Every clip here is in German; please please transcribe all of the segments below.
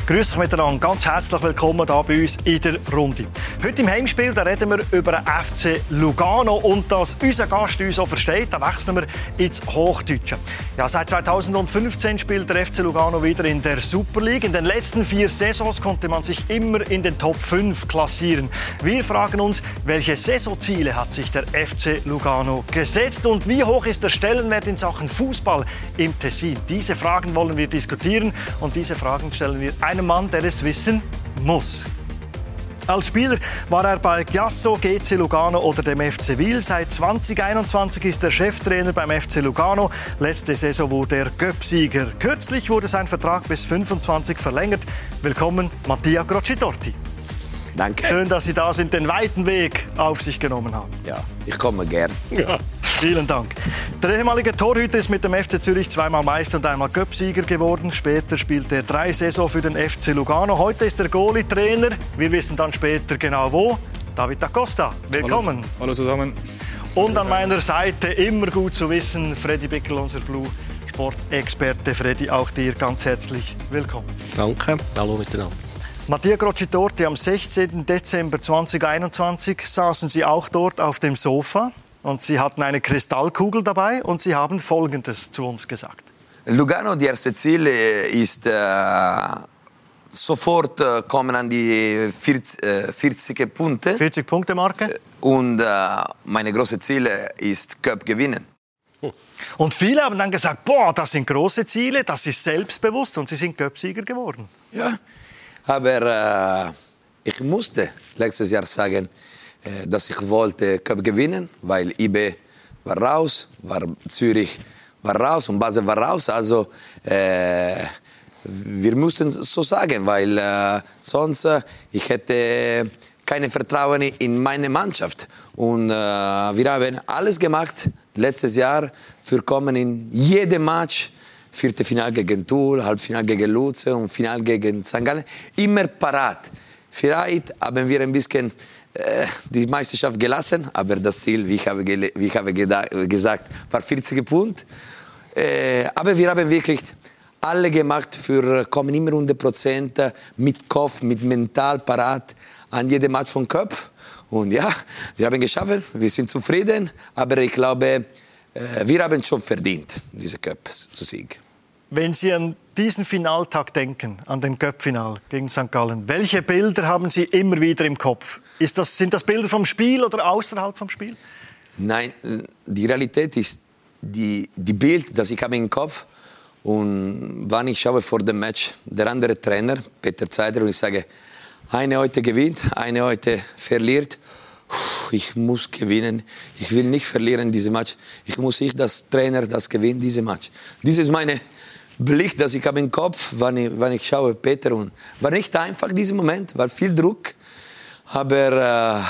Grüß euch miteinander, ganz herzlich willkommen hier bei uns in der Runde. Heute im Heimspiel da reden wir über den FC Lugano und dass unser Gast uns auch versteht, da wechseln wir ins Hochdeutsche. Ja, seit 2015 spielt der FC Lugano wieder in der Super League. In den letzten 4 Saisons konnte man sich immer in den Top 5 klassieren. Wir fragen uns, welche Saisonziele hat sich der FC Lugano gesetzt und wie hoch ist der Stellenwert in Sachen Fußball im Tessin? Diese Fragen wollen wir diskutieren und diese Fragen stellen wir einem Mann, der es wissen muss. Als Spieler war er bei Chiasso, GC Lugano oder dem FC Wil. Seit 2021 ist er Cheftrainer beim FC Lugano. Letzte Saison wurde er Cup-Sieger. Kürzlich wurde sein Vertrag bis 25 verlängert. Willkommen, Mattia Crocitorti. Danke. Schön, dass Sie da sind, den weiten Weg auf sich genommen haben. Ja, ich komme gern. Ja. Vielen Dank. Der ehemalige Torhüter ist mit dem FC Zürich 2-mal Meister und einmal Cup-Sieger geworden. Später spielte er 3 Saisons für den FC Lugano. Heute ist er Goalie-Trainer. Wir wissen dann später genau wo. David da Costa, willkommen. Hallo zusammen. Und an meiner Seite, immer gut zu wissen, Freddy Bickel, unser Blue-Sport-Experte. Freddy, auch dir ganz herzlich willkommen. Danke, hallo miteinander. Mattia Crocitorti, am 16. Dezember 2021 saßen Sie auch dort auf dem Sofa. Und Sie hatten eine Kristallkugel dabei und Sie haben Folgendes zu uns gesagt. Lugano, das erste Ziel ist sofort kommen an die 40 Punkte. 40-Punkte-Marke. Und meine große Ziel ist Cup gewinnen. Und viele haben dann gesagt, boah, das sind große Ziele, das ist selbstbewusst und Sie sind Cup-Sieger geworden. Ja, aber ich musste letztes Jahr sagen, dass ich wollte Cup gewinnen, weil IB war raus, Zürich war raus und Basel war raus. Also wir mussten so sagen, weil sonst ich hätte kein Vertrauen in meine Mannschaft. Und wir haben alles gemacht letztes Jahr für kommen in jedem Match. Viertelfinale gegen Thun, Halbfinale gegen Luzern und Finale gegen St. Gallen. Immer parat. Vielleicht haben wir ein bisschen die Meisterschaft gelassen, aber das Ziel, wie ich habe gesagt, war 40 Punkte. Aber wir haben wirklich alle gemacht für kommen immer 100% mit Kopf, mit mental parat an jedem Match von Cup. Und ja, wir haben geschafft, wir sind zufrieden, aber ich glaube, wir haben schon verdient, diese Cup zu siegen. Wenn Sie an diesen Finaltag denken, an den Cup-Final gegen St. Gallen, welche Bilder haben Sie immer wieder im Kopf? Sind das Bilder vom Spiel oder außerhalb vom Spiel? Nein, die Realität ist die Bild, das ich habe im Kopf. Und wenn ich schaue vor dem Match, der andere Trainer, Peter Zeider, und ich sage, eine heute gewinnt, eine heute verliert. Ich muss gewinnen. Ich will nicht verlieren diese Match. Ich muss das Trainer das gewinnen diese Match. Dies ist mein Blick, das ich habe im Kopf, wenn ich schaue Peter und war nicht einfach diesen Moment, war viel Druck, aber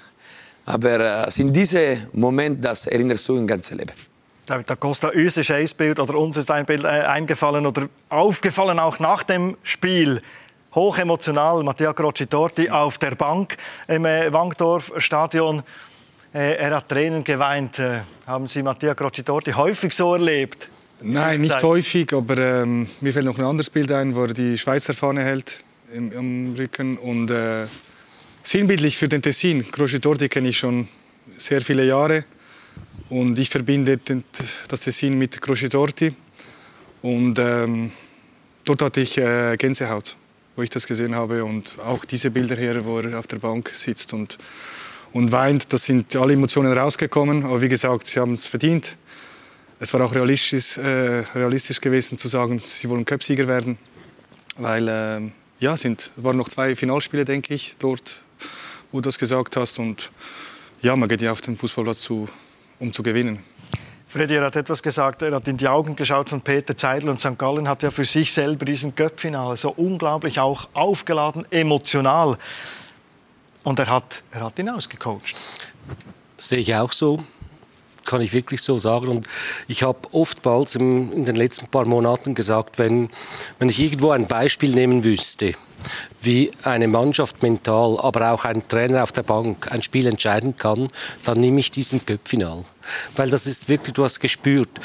in diesem Moment, das erinnerst du ein ganzes Leben. David da Costa, uns ist ein Bild oder uns ist ein Bild eingefallen oder aufgefallen auch nach dem Spiel. Hochemotional, Mattia Crocitorti auf der Bank im Wankdorf-Stadion. Er hat Tränen geweint. Haben Sie Mattia Crocitorti häufig so erlebt? Nein, nicht häufig, aber mir fällt noch ein anderes Bild ein, wo er die Schweizer Fahne hält am Rücken. Und sinnbildlich für den Tessin. Crocitorti kenne ich schon sehr viele Jahre. Und ich verbinde das Tessin mit Crocitorti. Und dort hatte ich Gänsehaut, wo ich das gesehen habe. Und auch diese Bilder hier, wo er auf der Bank sitzt und weint, das sind alle Emotionen rausgekommen. Aber wie gesagt, sie haben es verdient. Es war auch realistisch gewesen zu sagen, sie wollen Cup-Sieger werden. Weil waren noch 2 Finalspiele, denke ich, dort, wo du das gesagt hast. Und ja, man geht ja auf den Fußballplatz um zu gewinnen. Freddy, er hat etwas gesagt, er hat in die Augen geschaut von Peter Zeidl und St. Gallen hat ja für sich selber diesen Cup-Finale so unglaublich auch aufgeladen, emotional. Und er hat ihn ausgecoacht. Sehe ich auch so. Kann ich wirklich so sagen. Und ich habe oftmals in den letzten paar Monaten gesagt, wenn ich irgendwo ein Beispiel nehmen wüsste, wie eine Mannschaft mental, aber auch ein Trainer auf der Bank ein Spiel entscheiden kann, dann nehme ich diesen Cup-Final. Weil das ist wirklich, du hast gespürt,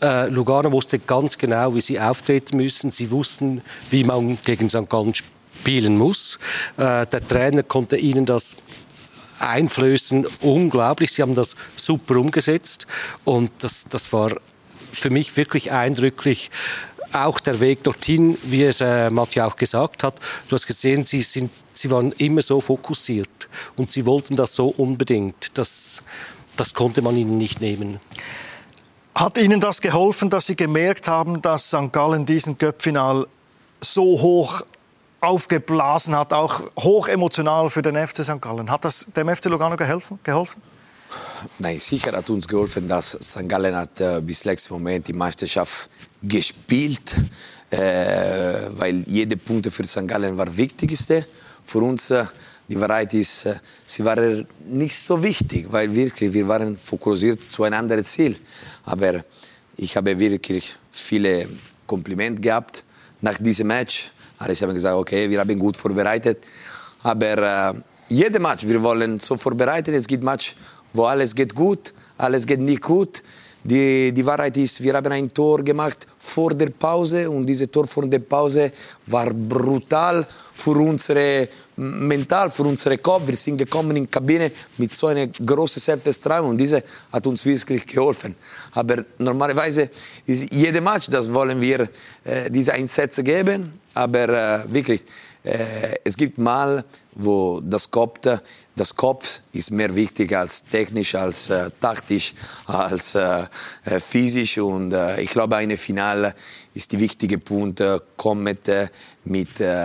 Lugano wusste ganz genau, wie sie auftreten müssen. Sie wussten, wie man gegen St. Gallen spielen muss. Der Trainer konnte ihnen das einflößen, unglaublich. Sie haben das super umgesetzt und das war für mich wirklich eindrücklich. Auch der Weg dorthin, wie es Mathieu auch gesagt hat. Du hast gesehen, sie waren immer so fokussiert und sie wollten das so unbedingt. Das konnte man ihnen nicht nehmen. Hat Ihnen das geholfen, dass Sie gemerkt haben, dass St. Gallen diesen Cup-Final so hoch aufgeblasen hat, auch hoch emotional für den FC St. Gallen? Hat das dem FC Lugano geholfen? Nein, sicher hat uns geholfen, dass St. Gallen hat bis letzten Moment die Meisterschaft gespielt, weil jede Punkt für St. Gallen war wichtigste. Für uns, die Wahrheit ist, sie waren nicht so wichtig, weil wirklich wir waren fokussiert zu einem anderen Ziel. Aber ich habe wirklich viele Komplimente gehabt nach diesem Match. Alle haben gesagt, okay, wir haben gut vorbereitet. Aber jede Match, wir wollen so vorbereiten. Es gibt Match, wo alles geht gut, alles geht nicht gut. Die Wahrheit ist, wir haben ein Tor gemacht vor der Pause und dieses Tor vor der Pause war brutal für unsere mental, für unsere Kopf. Wir sind gekommen in die Kabine mit so einer großen Selbstvertrauen und diese hat uns wirklich geholfen. Aber normalerweise ist jede Match, das wollen wir diese Einsätze geben, aber wirklich, es gibt Mal, wo das Kopf ist mehr wichtig als technisch, als taktisch, als physisch. Und ich glaube, ein Finale ist der wichtige Punkt, kommt mit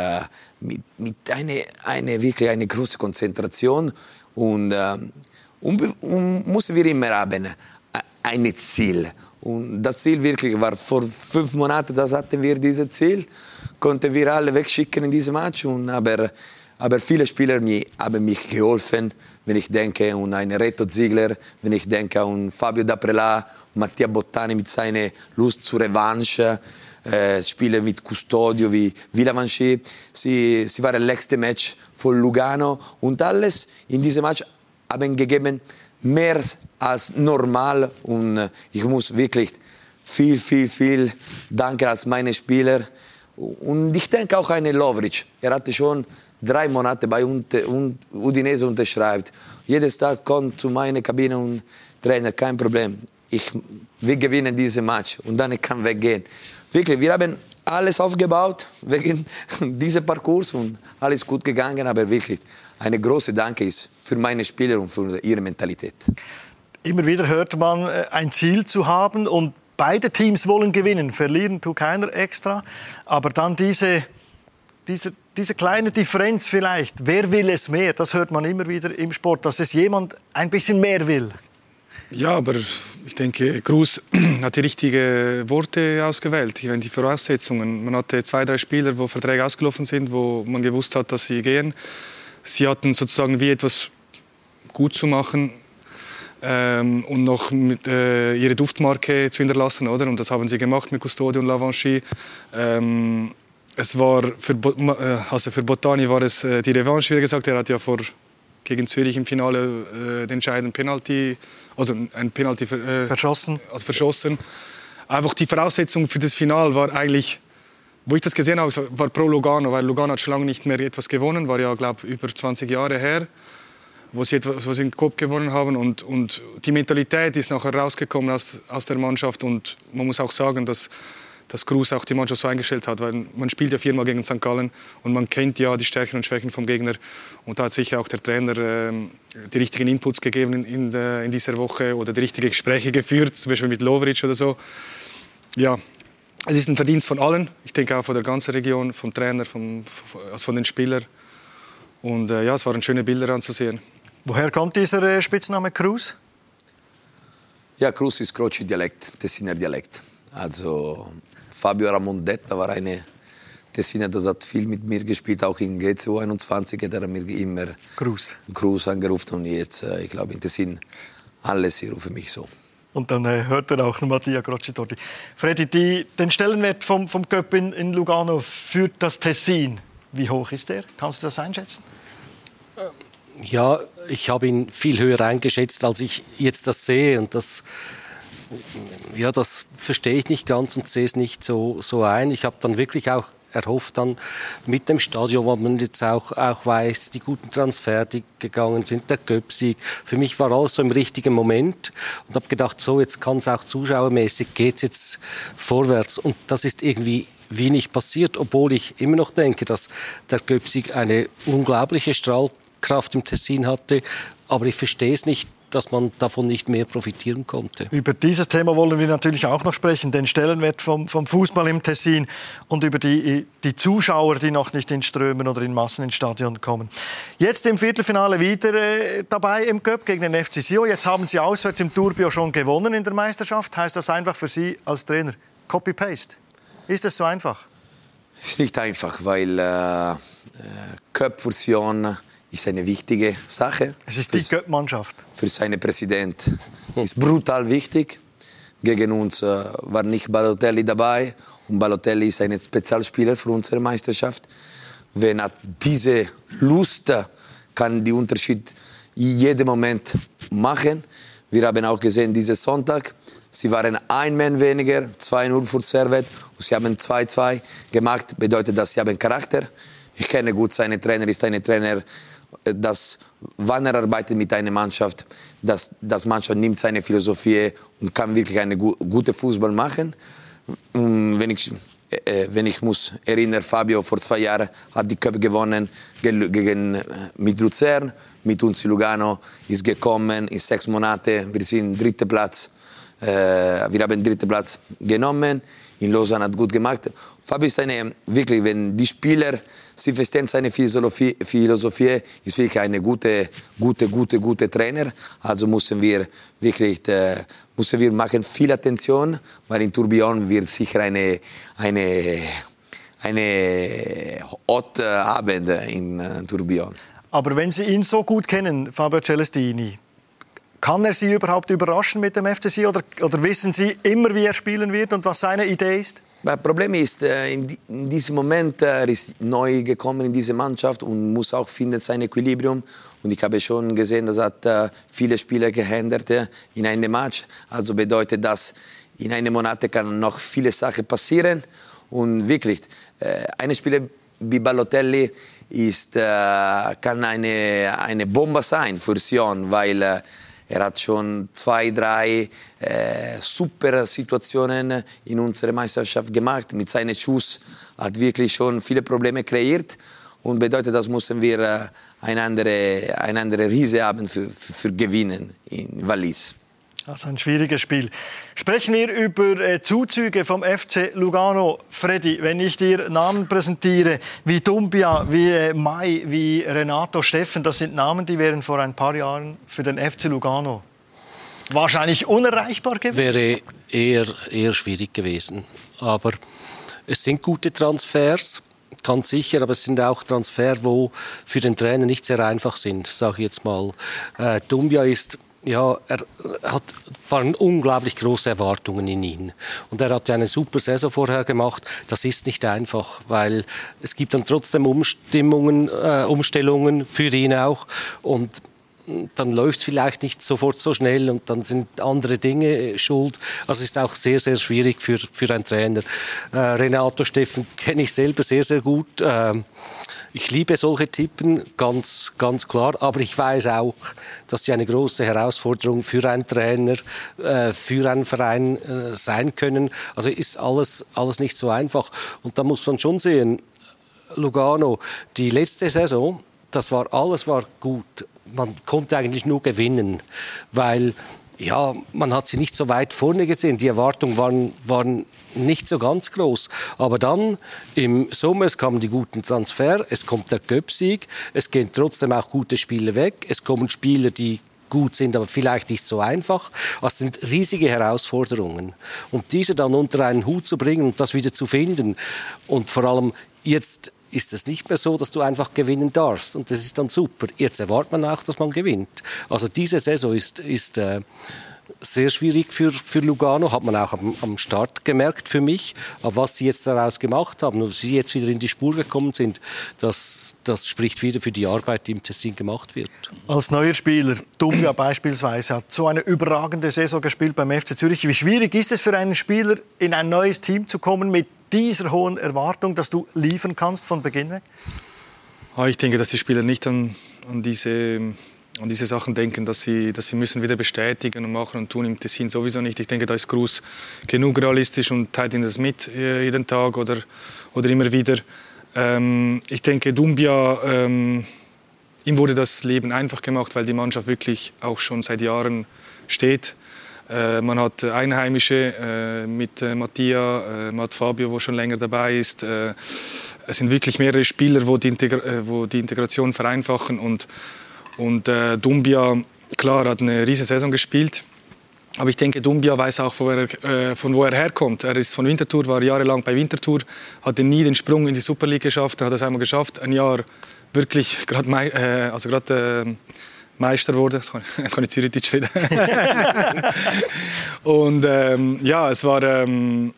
wirklich eine große Konzentration. Und müssen wir immer haben ein Ziel. Und das Ziel wirklich war vor 5 Monaten, das hatten wir dieses Ziel. Konnten wir alle wegschicken in diesem Match. Aber viele Spieler haben mich geholfen, wenn ich denke an einen Reto Ziegler, wenn ich denke an Fabio D'Aprelà, Mattia Bottani mit seiner Lust zur Revanche, Spieler mit Custodio wie Villavanchi. Sie waren das letzte Match von Lugano und alles in diesem Match haben gegeben mehr als normal und ich muss wirklich viel danken als meine Spieler. Und ich denke auch an Lovric. Er hatte schon 3 Monate bei Udinese unterschreibt. Jedes Tag kommt zu meiner Kabine und Trainer, kein Problem. Wir gewinnen diesen Match und dann kann weggehen. Wirklich, wir haben alles aufgebaut wegen diesem Parcours und alles gut gegangen, aber wirklich eine große Danke ist für meine Spieler und für ihre Mentalität. Immer wieder hört man, ein Ziel zu haben und beide Teams wollen gewinnen, verlieren tut keiner extra. Aber dann diese kleine Differenz vielleicht, wer will es mehr? Das hört man immer wieder im Sport, dass es jemand ein bisschen mehr will. Ja, aber ich denke, Cruz hat die richtigen Worte ausgewählt. Ich meine, die Voraussetzungen. Man hatte 2, 3 Spieler, wo Verträge ausgelaufen sind, wo man gewusst hat, dass sie gehen. Sie hatten sozusagen wie etwas gut zu machen. Und noch mit, ihre Duftmarke zu hinterlassen, oder? Und das haben sie gemacht mit Custodio und Lavanchi. Es war für Bottani war es die Revanche, wie gesagt. Er hat ja gegen Zürich im Finale den entscheidenden Penalty, also ein Penalty verschossen. Einfach die Voraussetzung für das Finale war eigentlich, wo ich das gesehen habe, war pro Lugano, weil Lugano hat schon lange nicht mehr etwas gewonnen, war ja, glaube ich, über 20 Jahre her, wo sie den Cup gewonnen haben und die Mentalität ist nachher rausgekommen aus der Mannschaft und man muss auch sagen, dass Cruz auch die Mannschaft so eingestellt hat, weil man spielt ja 4-mal gegen St. Gallen und man kennt ja die Stärken und Schwächen vom Gegner und da hat sicher auch der Trainer die richtigen Inputs gegeben in dieser Woche oder die richtigen Gespräche geführt, zum Beispiel mit Lovric oder so. Ja, es ist ein Verdienst von allen, ich denke auch von der ganzen Region, vom Trainer, von den Spielern und ja, es waren schöne Bilder anzusehen. Woher kommt dieser Spitzname Cruz? Ja, Cruz ist Croci-Dialekt, Tessiner Dialekt. Also Fabio Ramondetta war eine Tessiner, das hat viel mit mir gespielt, auch in GCO 21 hat er mir immer Cruz angerufen und jetzt, ich glaube in Tessin, alles, sie rufen mich so. Und dann hört er auch Mattia Crocitorti. Freddy, den Stellenwert vom Cup in Lugano für das Tessin, wie hoch ist der? Kannst du das einschätzen? Ja, ich habe ihn viel höher eingeschätzt, als ich jetzt das sehe. Und ja, das verstehe ich nicht ganz und sehe es nicht so ein. Ich habe dann wirklich auch erhofft dann mit dem Stadion, wo man jetzt auch weiß, die guten Transfer, die gegangen sind, der Göpsieg. Für mich war alles so im richtigen Moment und habe gedacht, so jetzt kann es auch zuschauermäßig, geht es jetzt vorwärts. Und das ist irgendwie wie nicht passiert, obwohl ich immer noch denke, dass der Göpsieg eine unglaubliche Strahlkraft im Tessin hatte. Aber ich verstehe es nicht, dass man davon nicht mehr profitieren konnte. Über dieses Thema wollen wir natürlich auch noch sprechen, den Stellenwert vom Fußball im Tessin und über die Zuschauer, die noch nicht in Strömen oder in Massen ins Stadion kommen. Jetzt im Viertelfinale wieder dabei im Cup gegen den FC Sion. Jetzt haben Sie auswärts im Tourbillon schon gewonnen in der Meisterschaft. Heißt das einfach für Sie als Trainer Copy-Paste? Ist das so einfach? Ist nicht einfach, weil Cup für Sion ist eine wichtige Sache. Es ist die Cup-Mannschaft. Für seinen Präsidenten ist brutal wichtig. Gegen uns war nicht Balotelli dabei. Und Balotelli ist ein Spezialspieler für unsere Meisterschaft. Wenn er diese Lust kann den Unterschied in jedem Moment machen. Wir haben auch gesehen, diesen Sonntag, sie waren ein Mann weniger, 2-0 für Servette. Und sie haben 2-2 gemacht. Bedeutet, dass sie haben Charakter. Ich kenne gut seinen Trainer, ist ein Trainer, dass, wann er arbeitet mit einer Mannschaft, dass das Mannschaft nimmt seine Philosophie und kann wirklich einen guten Fußball machen. Wenn ich muss erinnern, Fabio vor 2 Jahren hat die Cup gewonnen mit Luzern, mit uns in Lugano, ist gekommen in 6 Monaten, wir sind 3. Platz, wir haben 3. Platz genommen, in Lausanne hat gut gemacht. Fabio ist wirklich, wenn die Spieler, sie verstehen seine Philosophie, ist wirklich eine gute Trainer. Also müssen wir machen viel Attention, weil in Tourbillon wird sicher eine Hot Abend in Tourbillon. Aber wenn Sie ihn so gut kennen, Fabio Celestini, kann er Sie überhaupt überraschen mit dem FCC oder wissen Sie immer, wie er spielen wird und was seine Idee ist? Das Problem ist, in diesem Moment, er ist neu gekommen in diese Mannschaft und muss auch finden sein Equilibrium. Und ich habe schon gesehen, dass er viele Spieler geändert in einem Match. Also bedeutet das, in einem Monat kann noch viele Sachen passieren. Und wirklich, ein Spieler wie Balotelli kann eine Bombe sein für Sion, weil er hat schon 2, 3 super Situationen in unserer Meisterschaft gemacht. Mit seinen Schuss hat wirklich schon viele Probleme kreiert. Und bedeutet, das müssen wir eine andere Riese haben für Gewinnen in Wallis. Also ein schwieriges Spiel. Sprechen wir über Zuzüge vom FC Lugano. Freddy, wenn ich dir Namen präsentiere, wie Dumbia, wie Mai, wie Renato Steffen, das sind Namen, die wären vor ein paar Jahren für den FC Lugano wahrscheinlich unerreichbar gewesen. Wäre eher schwierig gewesen. Aber es sind gute Transfers, ganz sicher, aber es sind auch Transfers, die für den Trainer nicht sehr einfach sind, sage ich jetzt mal. Dumbia waren unglaublich große Erwartungen in ihn. Und er hat ja eine super Saison vorher gemacht. Das ist nicht einfach, weil es gibt dann trotzdem Umstellungen für ihn auch. Und dann läuft es vielleicht nicht sofort so schnell und dann sind andere Dinge schuld. Also es ist auch sehr, sehr schwierig für einen Trainer. Renato Steffen kenne ich selber sehr, sehr gut. Ich liebe solche Typen, ganz klar. Aber ich weiß auch, dass sie eine große Herausforderung für einen Trainer, für einen Verein sein können. Also ist alles nicht so einfach. Und da muss man schon sehen, Lugano, die letzte Saison, alles war gut. Man konnte eigentlich nur gewinnen, weil man hat sie nicht so weit vorne gesehen. Die Erwartungen waren nicht so ganz groß. Aber dann im Sommer kamen die guten Transfer, es kommt der Cup-Sieg, es gehen trotzdem auch gute Spieler weg, es kommen Spieler, die gut sind, aber vielleicht nicht so einfach. Das sind riesige Herausforderungen. Und diese dann unter einen Hut zu bringen und das wieder zu finden und vor allem jetzt ist es nicht mehr so, dass du einfach gewinnen darfst. Und das ist dann super. Jetzt erwartet man auch, dass man gewinnt. Also diese Saison ist sehr schwierig für Lugano, hat man auch am Start gemerkt für mich. Aber was sie jetzt daraus gemacht haben und sie jetzt wieder in die Spur gekommen sind, das spricht wieder für die Arbeit, die im Tessin gemacht wird. Als neuer Spieler, Doumbia beispielsweise, hat so eine überragende Saison gespielt beim FC Zürich. Wie schwierig ist es für einen Spieler, in ein neues Team zu kommen mit dieser hohen Erwartung, dass du liefern kannst von Beginn weg? Ich denke, dass die Spieler nicht an diese Sachen denken, dass sie müssen wieder bestätigen und machen und tun im Tessin sowieso nicht. Ich denke, da ist Cruz genug realistisch und teilt ihm das mit jeden Tag oder immer wieder. Ich denke, Doumbia, ihm wurde das Leben einfach gemacht, weil die Mannschaft wirklich auch schon seit Jahren steht. Man hat Einheimische mit Mattia, man hat Fabio, der schon länger dabei ist. Es sind wirklich mehrere Spieler, wo die Integration vereinfachen. Und Doumbia, klar, hat eine riesige Saison gespielt. Aber ich denke, Doumbia weiß auch, von wo er herkommt. Er ist von Winterthur, war jahrelang bei Winterthur, hatte nie den Sprung in die Super League geschafft. Er hat es einmal geschafft, ein Jahr wirklich gerade Meister wurde. Jetzt kann ich Zürichdeutsch reden. Und ja, es war eine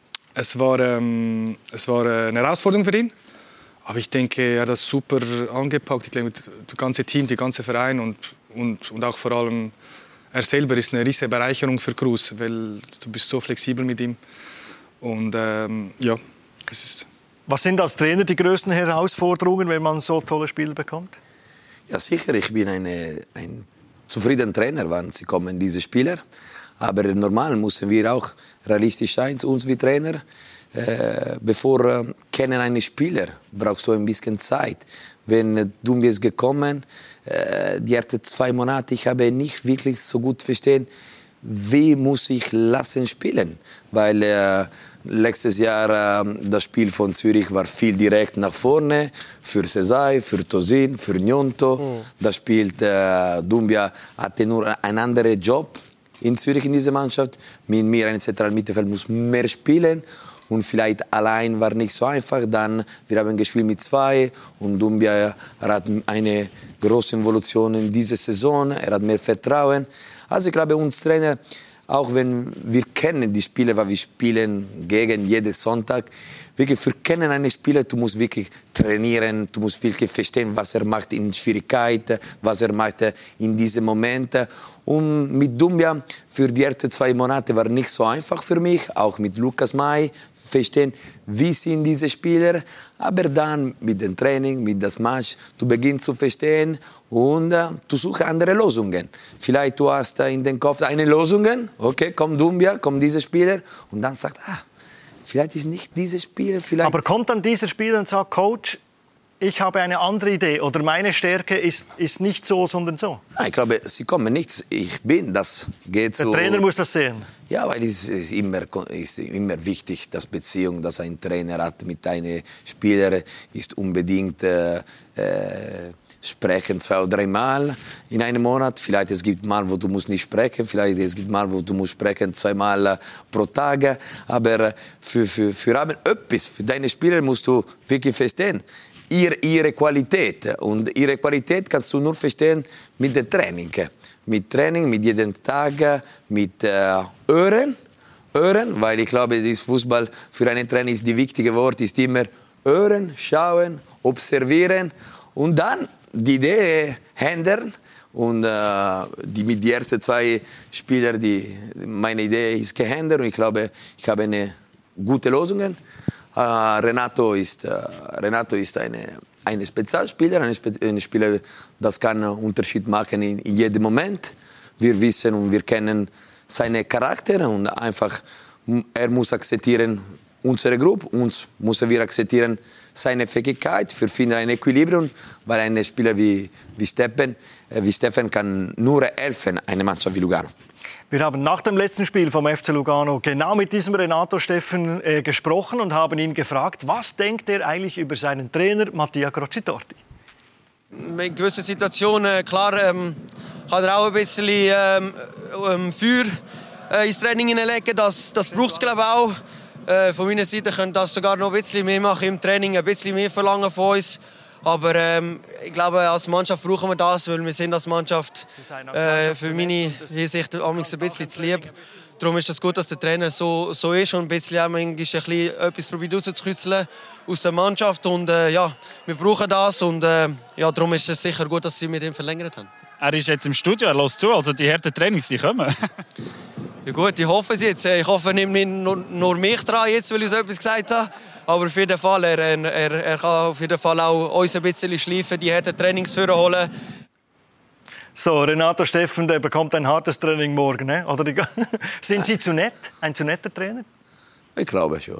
Herausforderung für ihn. Aber ich denke, er hat das super angepackt. Ich glaube, das ganze Team, der ganze Verein und auch vor allem er selber ist eine riesige Bereicherung für Cruz, weil du bist so flexibel mit ihm. Und ja, es ist. Was sind als Trainer die größten Herausforderungen, wenn man so tolle Spieler bekommt? Ja, sicher. Ich bin ein zufriedener Trainer, wenn sie kommen, diese Spieler. Aber normal müssen wir auch realistisch sein, uns wie Trainer. Bevor kennen einen Spieler, brauchst du ein bisschen Zeit. Wenn Doumbia ist gekommen, die ersten 2 Monate, ich habe nicht wirklich so gut verstehen, wie muss ich lassen spielen, weil letztes Jahr das Spiel von Zürich war viel direkt nach vorne für Sesai, für Tosin, für Gnonto. Das spielt Doumbia hatte nur einen anderen Job in Zürich in dieser Mannschaft. Mit mir ein zentrales Mittelfeld muss mehr spielen. Und vielleicht allein war nicht so einfach. Dann wir haben gespielt mit 2 und Doumbia hat eine große Evolution in dieser Saison. Er hat mehr Vertrauen. Also ich glaube, uns Trainer, auch wenn wir kennen die Spieler, weil wir spielen gegen jeden Sonntag, wirklich für kennen einen Spieler, du musst wirklich trainieren, du musst wirklich verstehen, was er macht in Schwierigkeiten, was er macht in diesen Momenten. Und mit Doumbia für die ersten 2 Monate war nicht so einfach für mich, auch mit Lukas May, verstehen, wie sind diese Spieler. Aber dann mit dem Training, mit dem Match, du beginnst zu verstehen und du suchst andere Lösungen. Vielleicht du hast in den Kopf eine Lösung, okay, kommt Doumbia, kommt dieser Spieler und dann sagt, vielleicht ist nicht dieser Spieler, vielleicht. Aber kommt dann dieser Spieler und sagt, Coach, ich habe eine andere Idee oder meine Stärke ist nicht so, sondern so? Nein, ich glaube, sie kommen nicht. Ich bin, das geht so. Der Trainer muss das sehen. Ja, weil es ist immer wichtig, dass Beziehung, dass ein Trainer hat mit einem Spieler, ist unbedingt sprechen 2 oder 3 Mal in einem Monat. Vielleicht es gibt Mal, wo du musst nicht sprechen. Vielleicht es gibt Mal, wo du musst sprechen 2 Mal pro Tag. Aber für etwas, für deine Spieler musst du wirklich verstehen. Ihre Qualität. Und ihre Qualität kannst du nur verstehen mit dem Training. Mit Training, mit jedem Tag, mit Hören, weil ich glaube, das Fußball für einen Trainer ist die wichtige Wort, ist immer hören, schauen, observieren und dann die Idee ändern. Und mit den ersten 2 Spielern, meine Idee ist geändert und ich glaube, ich habe eine gute Lösung. Renato ist ein Spezialspieler, ein Spieler, das kann einen Unterschied machen in jedem Moment. Wir wissen und wir kennen seinen Charakter und einfach, er muss akzeptieren unsere Gruppe, uns müssen wir akzeptieren seine Fähigkeit, wir finden ein Equilibrium, weil ein Spieler wie Steffen kann nur helfen, eine Mannschaft wie Lugano. Wir haben nach dem letzten Spiel vom FC Lugano genau mit diesem Renato Steffen gesprochen und haben ihn gefragt, was denkt er eigentlich über seinen Trainer Mattia Crocitorti? In gewissen Situationen, klar, kann er auch ein bisschen Feuer ins Training hineinlegen. Das braucht es, glaube ich, auch. Von meiner Seite könnte das sogar noch ein bisschen mehr machen im Training, ein bisschen mehr verlangen von uns. Aber ich glaube, als Mannschaft brauchen wir das, weil wir sind als Mannschaft für meine Hinsicht ein bisschen zu lieb. Darum ist es gut, dass der Trainer so ist und ein bisschen etwas probiert rauszukitzeln aus der Mannschaft. Und wir brauchen das und darum ist es sicher gut, dass sie mit ihm verlängert haben. Er ist jetzt im Studio, er hört zu, also die harten Trainings, die kommen. Ja gut, ich hoffe es jetzt. Ich hoffe, er nimmt nicht nur mich dran, jetzt, weil ich so etwas gesagt habe. Aber auf jeden Fall, er kann auf jeden Fall auch uns ein bisschen schleifen, die harten Trainings vorholen. So, Renato Steffen, der bekommt ein hartes Training morgen. Ne? Oder sind Sie zu nett? Ein zu netter Trainer? Ich glaube schon.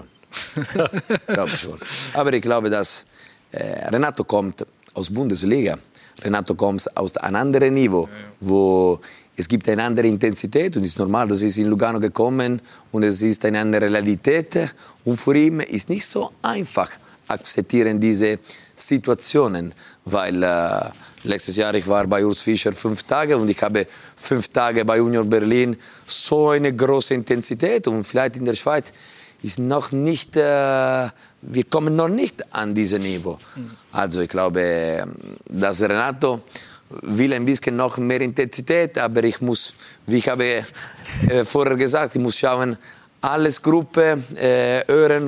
Aber ich glaube, dass Renato kommt aus Bundesliga. Renato kommt aus einem anderen Niveau, wo es gibt eine andere Intensität und es ist normal, dass es in Lugano gekommen und es ist eine andere Realität und für ihn ist nicht so einfach akzeptieren diese Situationen, weil letztes Jahr ich war bei Urs Fischer 5 Tage und ich habe 5 Tage bei Union Berlin so eine große Intensität und vielleicht in der Schweiz ist noch nicht, wir kommen noch nicht an dieses Niveau. Also ich glaube, dass Renato will ein bisschen noch mehr Intensität, aber ich muss, wie ich habe vorher gesagt, ich muss schauen, alles Gruppe, hören,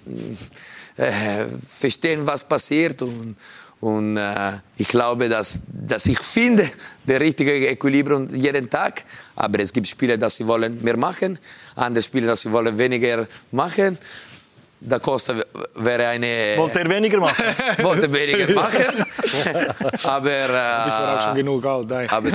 verstehen, was passiert und ich glaube, dass ich finde der richtige Equilibrium jeden Tag, aber es gibt Spieler, die sie wollen mehr machen, andere Spieler, die sie wollen weniger machen. Da Costa wäre eine... Wollte er weniger machen? Wollte weniger machen. Aber... ich war auch schon genug alt. Aber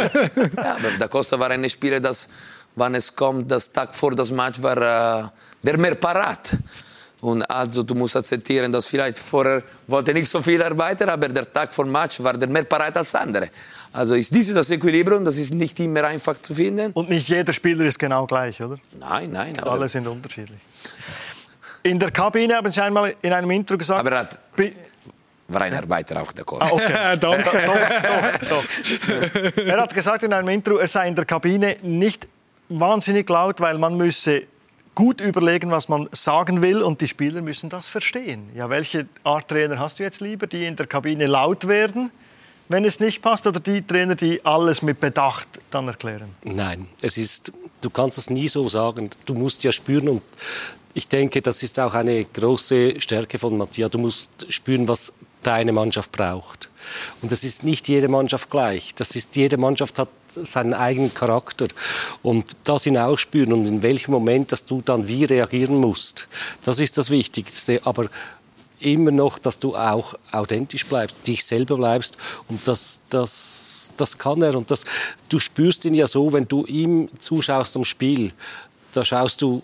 Da Costa war ein Spieler, das, wann es kommt, das Tag vor das Match war der mehr parat. Und also du musst akzeptieren, dass vielleicht vorher wollte nicht so viel arbeiten, aber der Tag vor Match war der mehr parat als andere. Also ist dieses das Equilibrium, das ist nicht immer einfach zu finden. Und nicht jeder Spieler ist genau gleich, oder? Nein. Alle sind unterschiedlich. In der Kabine haben Sie einmal in einem Intro gesagt... Aber war ein Arbeiter auch der Costa. Ah, okay. Danke. Doch. Er hat gesagt in einem Intro, er sei in der Kabine nicht wahnsinnig laut, weil man müsse gut überlegen, was man sagen will und die Spieler müssen das verstehen. Ja, welche Art Trainer hast du jetzt lieber? Die in der Kabine laut werden, wenn es nicht passt, oder die Trainer, die alles mit Bedacht dann erklären? Nein, du kannst es nie so sagen. Du musst ja spüren und ich denke, das ist auch eine große Stärke von Matthias. Du musst spüren, was deine Mannschaft braucht. Und das ist nicht jede Mannschaft gleich. Jede Mannschaft hat seinen eigenen Charakter. Und das hinausspüren und in welchem Moment, dass du dann wie reagieren musst, das ist das Wichtigste. Aber immer noch, dass du auch authentisch bleibst, dich selber bleibst. Und das kann er. Und du spürst ihn ja so, wenn du ihm zuschaust am Spiel. Da schaust du...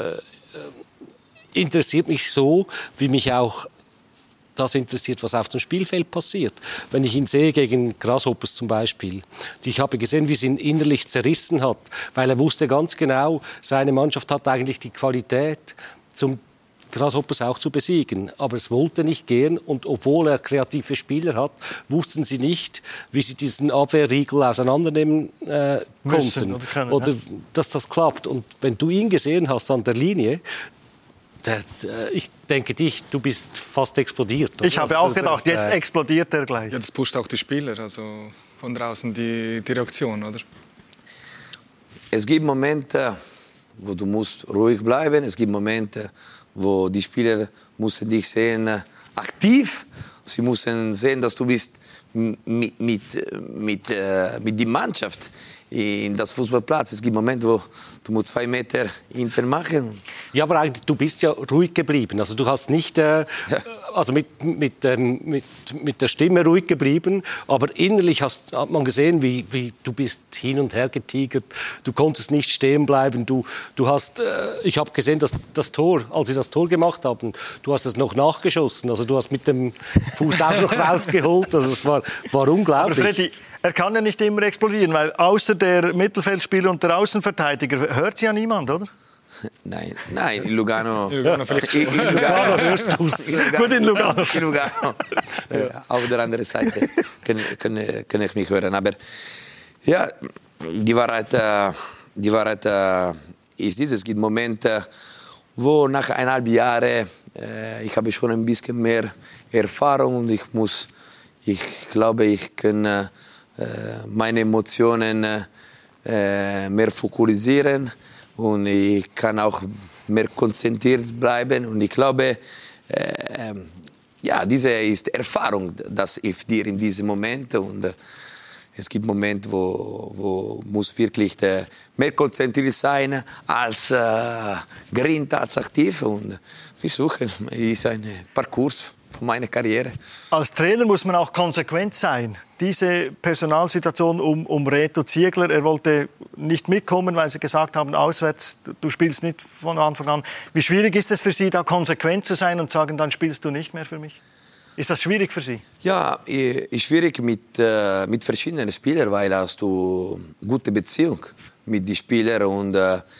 interessiert mich so, wie mich auch das interessiert, was auf dem Spielfeld passiert. Wenn ich ihn sehe gegen Grasshoppers zum Beispiel, ich habe gesehen, wie sie ihn innerlich zerrissen hat, weil er wusste ganz genau, seine Mannschaft hat eigentlich die Qualität, zum Grasshoppers auch zu besiegen. Aber es wollte nicht gehen und obwohl er kreative Spieler hat, wussten sie nicht, wie sie diesen Abwehrriegel auseinandernehmen konnten. Oder dass das klappt. Und wenn du ihn gesehen hast an der Linie, ich denke du bist fast explodiert. Oder? Ich habe auch gedacht, jetzt explodiert er gleich. Ja, das pusht auch die Spieler, also von draußen die Reaktion, oder? Es gibt Momente, wo du musst ruhig bleiben. Es gibt Momente, wo die Spieler müssen dich sehen aktiv. Sie müssen sehen, dass du bist mit der Mannschaft in das Fußballplatz. Es gibt Momente, wo du musst 2 Meter hinten machen. Ja, aber eigentlich, du bist ja ruhig geblieben. Also du hast nicht also mit der Stimme ruhig geblieben, aber innerlich hat man gesehen, wie du bist hin und her getigert. Du konntest nicht stehen bleiben. Du hast, ich habe gesehen, dass das Tor, als sie das Tor gemacht haben, du hast es noch nachgeschossen. Also du hast mit dem Fuß auch noch rausgeholt. Also es war unglaublich. Aber Freddy, er kann ja nicht immer explodieren, weil außer der Mittelfeldspieler und der Außenverteidiger hört sie ja niemand, oder? Nein, in Lugano. Vielleicht. In Lugano hörst du es. Gut in Lugano. In Lugano. Auf der anderen Seite kann ich mich hören. Aber ja, die Wahrheit ist es gibt Momente, wo nach 1,5 Jahren ich habe schon ein bisschen mehr Erfahrung und ich glaube, ich kann meine Emotionen mehr fokussieren und ich kann auch mehr konzentriert bleiben und ich glaube, ja, diese ist Erfahrung, das hilft dir in diesem Moment und es gibt Momente, wo muss wirklich mehr konzentriert sein als gerinnt, als aktiv und wir suchen, es ist ein Parcours von meiner Karriere. Als Trainer muss man auch konsequent sein. Diese Personalsituation um Reto Ziegler, er wollte nicht mitkommen, weil sie gesagt haben, auswärts, du spielst nicht von Anfang an. Wie schwierig ist es für Sie, da konsequent zu sein und zu sagen, dann spielst du nicht mehr für mich? Ist das schwierig für Sie? Ja, ist schwierig mit verschiedenen Spielern, weil hast du gute Beziehung mit den Spielern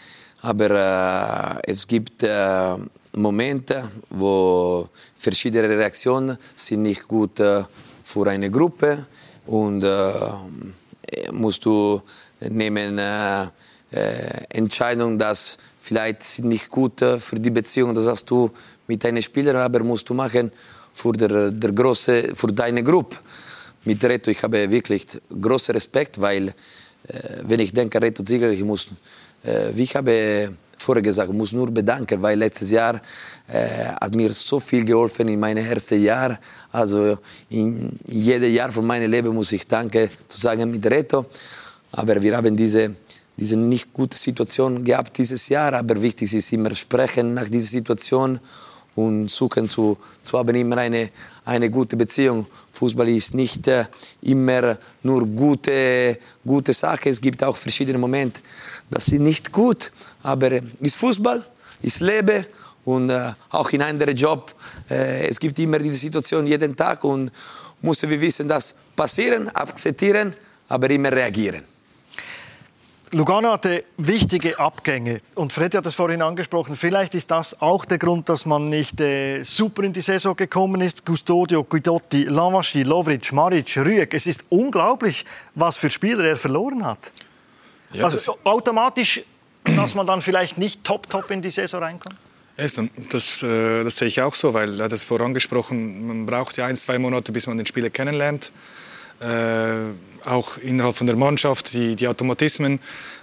aber es gibt Momente, wo verschiedene Reaktionen sind nicht gut für eine Gruppe und musst du nehmen Entscheidungen, das vielleicht sind nicht gut für die Beziehung, das hast du mit deinen Spielern, aber musst du machen für deine Gruppe. Mit Reto, ich habe wirklich großen Respekt, weil wenn ich denke Reto Ziegler, wie ich habe vorher gesagt, ich muss nur bedanken, weil letztes Jahr hat mir so viel geholfen in meinem ersten Jahr. Also in jedem Jahr von meinem Leben muss ich danke zu sagen mit Reto. Aber wir haben diese nicht gute Situation gehabt dieses Jahr. Aber wichtig ist immer sprechen nach dieser Situation und suchen zu haben immer eine gute Beziehung. Fußball ist nicht immer nur gute Sache. Es gibt auch verschiedene Momente, das sind nicht gut. Aber ist Fußball, ist Leben und auch in einem Job. Es gibt immer diese Situation jeden Tag und müssen wir wissen, dass passieren, akzeptieren, aber immer reagieren. Lugano hatte wichtige Abgänge und Freddy hat es vorhin angesprochen. Vielleicht ist das auch der Grund, dass man nicht super in die Saison gekommen ist. Custodio, Guidotti, Lavaschi, Lovric, Maric, Rüegg. Es ist unglaublich, was für Spieler er verloren hat. Ja, also automatisch, dass man dann vielleicht nicht top in die Saison reinkommt? Das sehe ich auch so, weil, das vorangesprochen, man braucht ja 1-2 Monate, bis man den Spieler kennenlernt. Auch innerhalb von der Mannschaft, die Automatismen.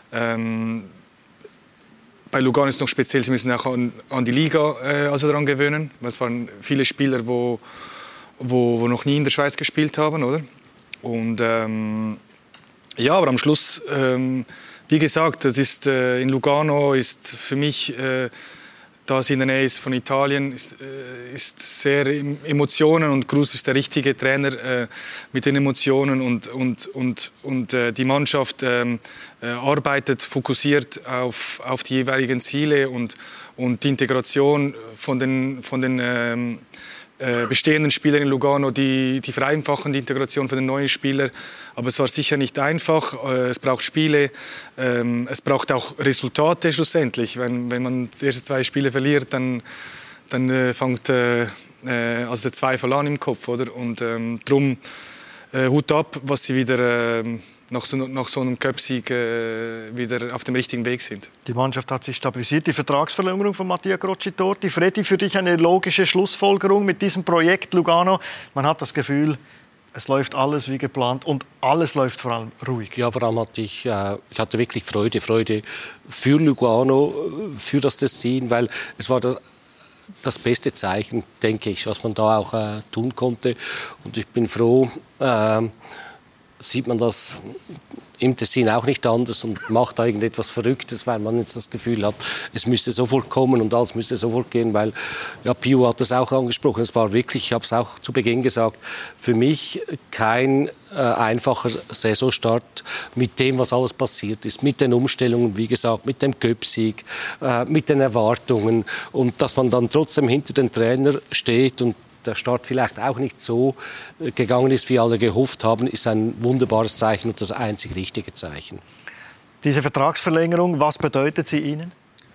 Bei Lugano ist es noch speziell, sie müssen auch an die Liga also daran gewöhnen. Es waren viele Spieler, wo noch nie in der Schweiz gespielt haben, oder? Und ja, aber am Schluss, wie gesagt, das ist, in Lugano ist für mich, da sie in der Nähe ist von Italien, ist sehr Emotionen und Cruz ist der richtige Trainer mit den Emotionen und die Mannschaft arbeitet fokussiert auf die jeweiligen Ziele und die Integration von den bestehenden Spielern in Lugano, die vereinfachen die Integration von den neuen Spielern. Aber es war sicher nicht einfach. Es braucht Spiele, es braucht auch Resultate schlussendlich. Wenn man die ersten 2 Spiele verliert, dann fängt also der Zweifel an im Kopf, oder? Und drum Hut ab, was sie wieder nach so einem Cup-Sieg wieder auf dem richtigen Weg sind. Die Mannschaft hat sich stabilisiert. Die Vertragsverlängerung von Mattia Crocitorti. Freddy, für dich eine logische Schlussfolgerung mit diesem Projekt Lugano? Man hat das Gefühl, es läuft alles wie geplant und alles läuft vor allem ruhig. Ja, vor allem hatte ich hatte wirklich Freude für Lugano, für das Tessin, weil es war das beste Zeichen, denke ich, was man da auch tun konnte. Und ich bin froh, sieht man das im Tessin auch nicht anders und macht da irgendetwas Verrücktes, weil man jetzt das Gefühl hat, es müsste sofort kommen und alles müsste sofort gehen, weil ja, Pio hat das auch angesprochen, es war wirklich, ich habe es auch zu Beginn gesagt, für mich kein einfacher Saisonstart mit dem, was alles passiert ist, mit den Umstellungen, wie gesagt, mit dem Cup-Sieg, mit den Erwartungen und dass man dann trotzdem hinter den Trainer steht und der Start vielleicht auch nicht so gegangen ist, wie alle gehofft haben, ist ein wunderbares Zeichen und das einzig richtige Zeichen. Diese Vertragsverlängerung, was bedeutet sie Ihnen?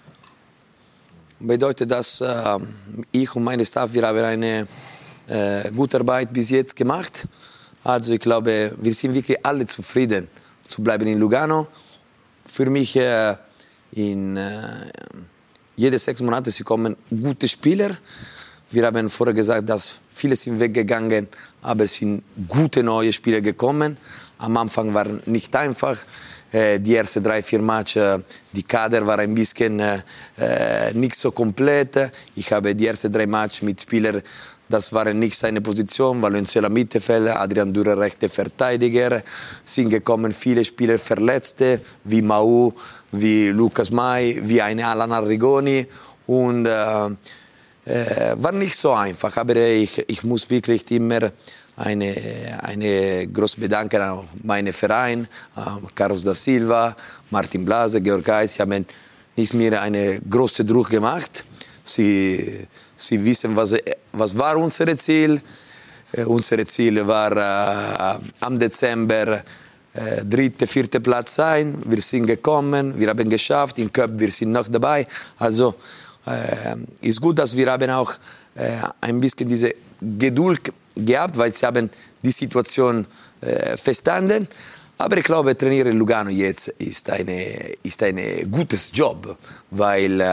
Bedeutet, dass ich und meine Staff, wir haben eine gute Arbeit bis jetzt gemacht. Also ich glaube, wir sind wirklich alle zufrieden zu bleiben in Lugano. Für mich in jede 6 Monate sie kommen gute Spieler. Wir haben vorher gesagt, dass viele sind weggegangen, aber es sind gute neue Spieler gekommen. Am Anfang war nicht einfach. Die ersten 3-4 Matches, die Kader war ein bisschen nicht so komplett. Ich habe die ersten 3 Matches mit Spielern, das waren nicht seine Position, Valenzuela Mittelfeld, Adrian Dürer rechte Verteidiger, sind gekommen viele Spieler Verletzte, wie Mau, wie Lucas Mai, wie eine Alan Arrigoni und war nicht so einfach, aber ich muss wirklich immer eine große Bedanken an meinen Verein, Carlos da Silva, Martin Blase, Georg Geis. Sie haben nicht mehr einen großen Druck gemacht. Sie wissen, was war unser Ziel. Unser Ziel war am Dezember 3., 4. Platz sein. Wir sind gekommen, wir haben geschafft. Im Cup wir sind noch dabei. Also ist gut, dass wir haben auch ein bisschen diese Geduld gehabt, weil sie haben die Situation verstanden. Aber ich glaube, trainieren Lugano jetzt ist ein gutes Job, weil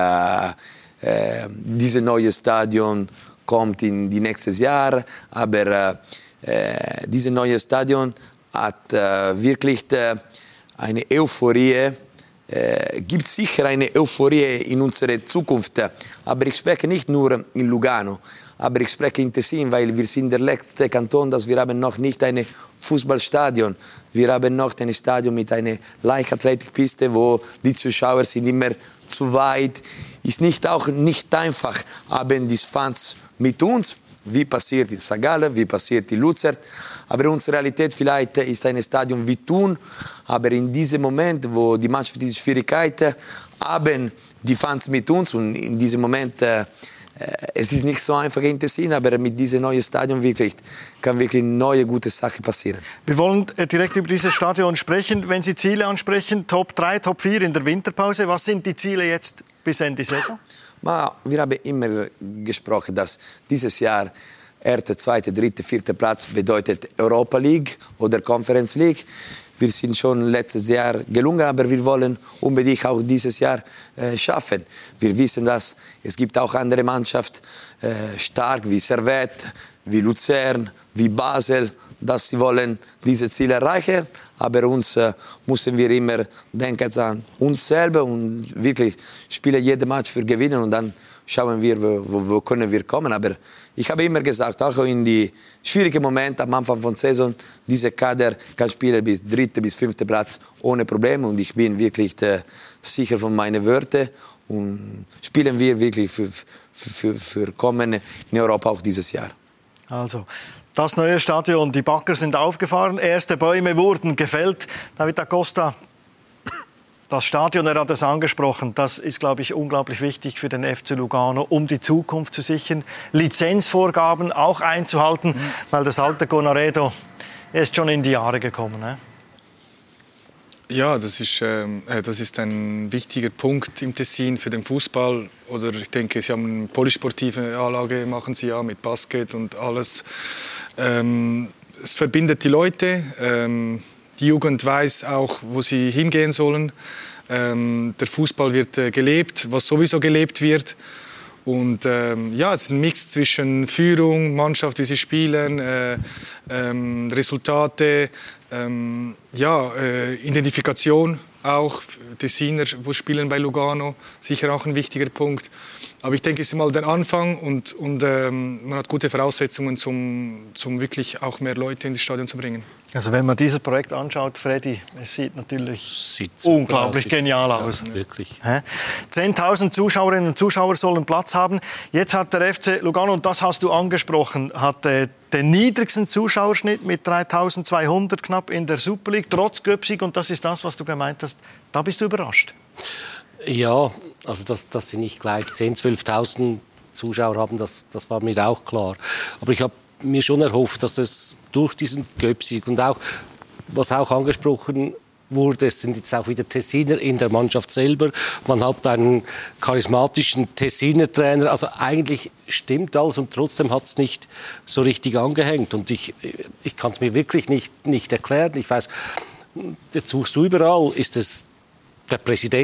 dieses neue Stadion kommt in die nächstes Jahr. Aber dieses neue Stadion hat wirklich eine Euphorie. Gibt sicher eine Euphorie in unserer Zukunft. Aber ich spreche nicht nur in Lugano. Aber ich spreche in Tessin, weil wir sind der letzte Kanton, dass wir haben noch nicht ein Fußballstadion. Wir haben noch ein Stadion mit einer Leichtathletikpiste, wo die Zuschauer sind immer zu weit. Ist nicht einfach, haben die Fans mit uns, wie passiert in St. Gallen, wie passiert in Luzern. Aber unsere Realität vielleicht ist ein Stadion wie Thun. Aber in diesem Moment, wo die Mannschaft diese Schwierigkeiten haben, die Fans mit uns und in diesem Moment es ist nicht so einfach in Tessin, aber mit diesem neuen Stadion kann wirklich neue gute Sachen passieren. Wir wollen direkt über dieses Stadion sprechen. Wenn Sie Ziele ansprechen, Top 3, Top 4 in der Winterpause, was sind die Ziele jetzt bis Ende Saison? Wir haben immer gesprochen, dass dieses Jahr 1., 2., 3., 4. Platz bedeutet Europa League oder Conference League. Wir sind schon letztes Jahr gelungen, aber wir wollen unbedingt auch dieses Jahr schaffen. Wir wissen, dass es gibt auch andere Mannschaften, stark wie Servette, wie Luzern, wie Basel, dass sie wollen diese Ziele erreichen. Aber uns müssen wir immer denken an uns selber und wirklich spielen jeden Match für gewinnen und dann schauen wir, wo können wir kommen. Aber ich habe immer gesagt, auch in die schwierigen Momente am Anfang der Saison, dieser Kader kann spielen bis 3. bis 5. Platz ohne Probleme. Und ich bin wirklich sicher von meinen Wörtern. Und spielen wir wirklich für Kommen in Europa auch dieses Jahr. Also, das neue Stadion, die Bagger sind aufgefahren, erste Bäume wurden gefällt. David Acosta, das Stadion, er hat es angesprochen, das ist, glaube ich, unglaublich wichtig für den FC Lugano, um die Zukunft zu sichern, Lizenzvorgaben auch einzuhalten, weil das alte Conaredo ist schon in die Jahre gekommen. Ne? Ja, das ist ein wichtiger Punkt im Tessin für den Fußball. Oder ich denke, Sie haben eine polysportive Anlage, machen Sie ja mit Basket und alles. Es verbindet die Leute. Die Jugend weiß auch, wo sie hingehen sollen. Der Fußball wird gelebt, was sowieso gelebt wird. Und es ist ein Mix zwischen Führung, Mannschaft, wie sie spielen, Resultate, Identifikation auch. Tessiner, wo spielen bei Lugano, sicher auch ein wichtiger Punkt. Aber ich denke, es ist mal der Anfang und man hat gute Voraussetzungen, zum wirklich auch mehr Leute ins Stadion zu bringen. Also wenn man dieses Projekt anschaut, Freddy, es sieht natürlich unglaublich genial aus. Ja, wirklich. 10.000 Zuschauerinnen und Zuschauer sollen Platz haben. Jetzt hat der FC Lugano, und das hast du angesprochen, hat den niedrigsten Zuschauerschnitt mit 3.200 knapp in der Super League, trotz Göpsig. Und das ist das, was du gemeint hast. Da bist du überrascht. Ja, also dass sie nicht gleich 10.000, 12.000 Zuschauer haben, das war mir auch klar. Aber ich habe mir schon erhofft, dass es durch diesen Göpsig und auch, was auch angesprochen wurde, es sind jetzt auch wieder Tessiner in der Mannschaft selber. Man hat einen charismatischen Tessiner Trainer. Also eigentlich stimmt alles und trotzdem hat es nicht so richtig angehängt. Und ich kann es mir wirklich nicht erklären. Ich weiß, jetzt suchst du überall, ist es der Präsident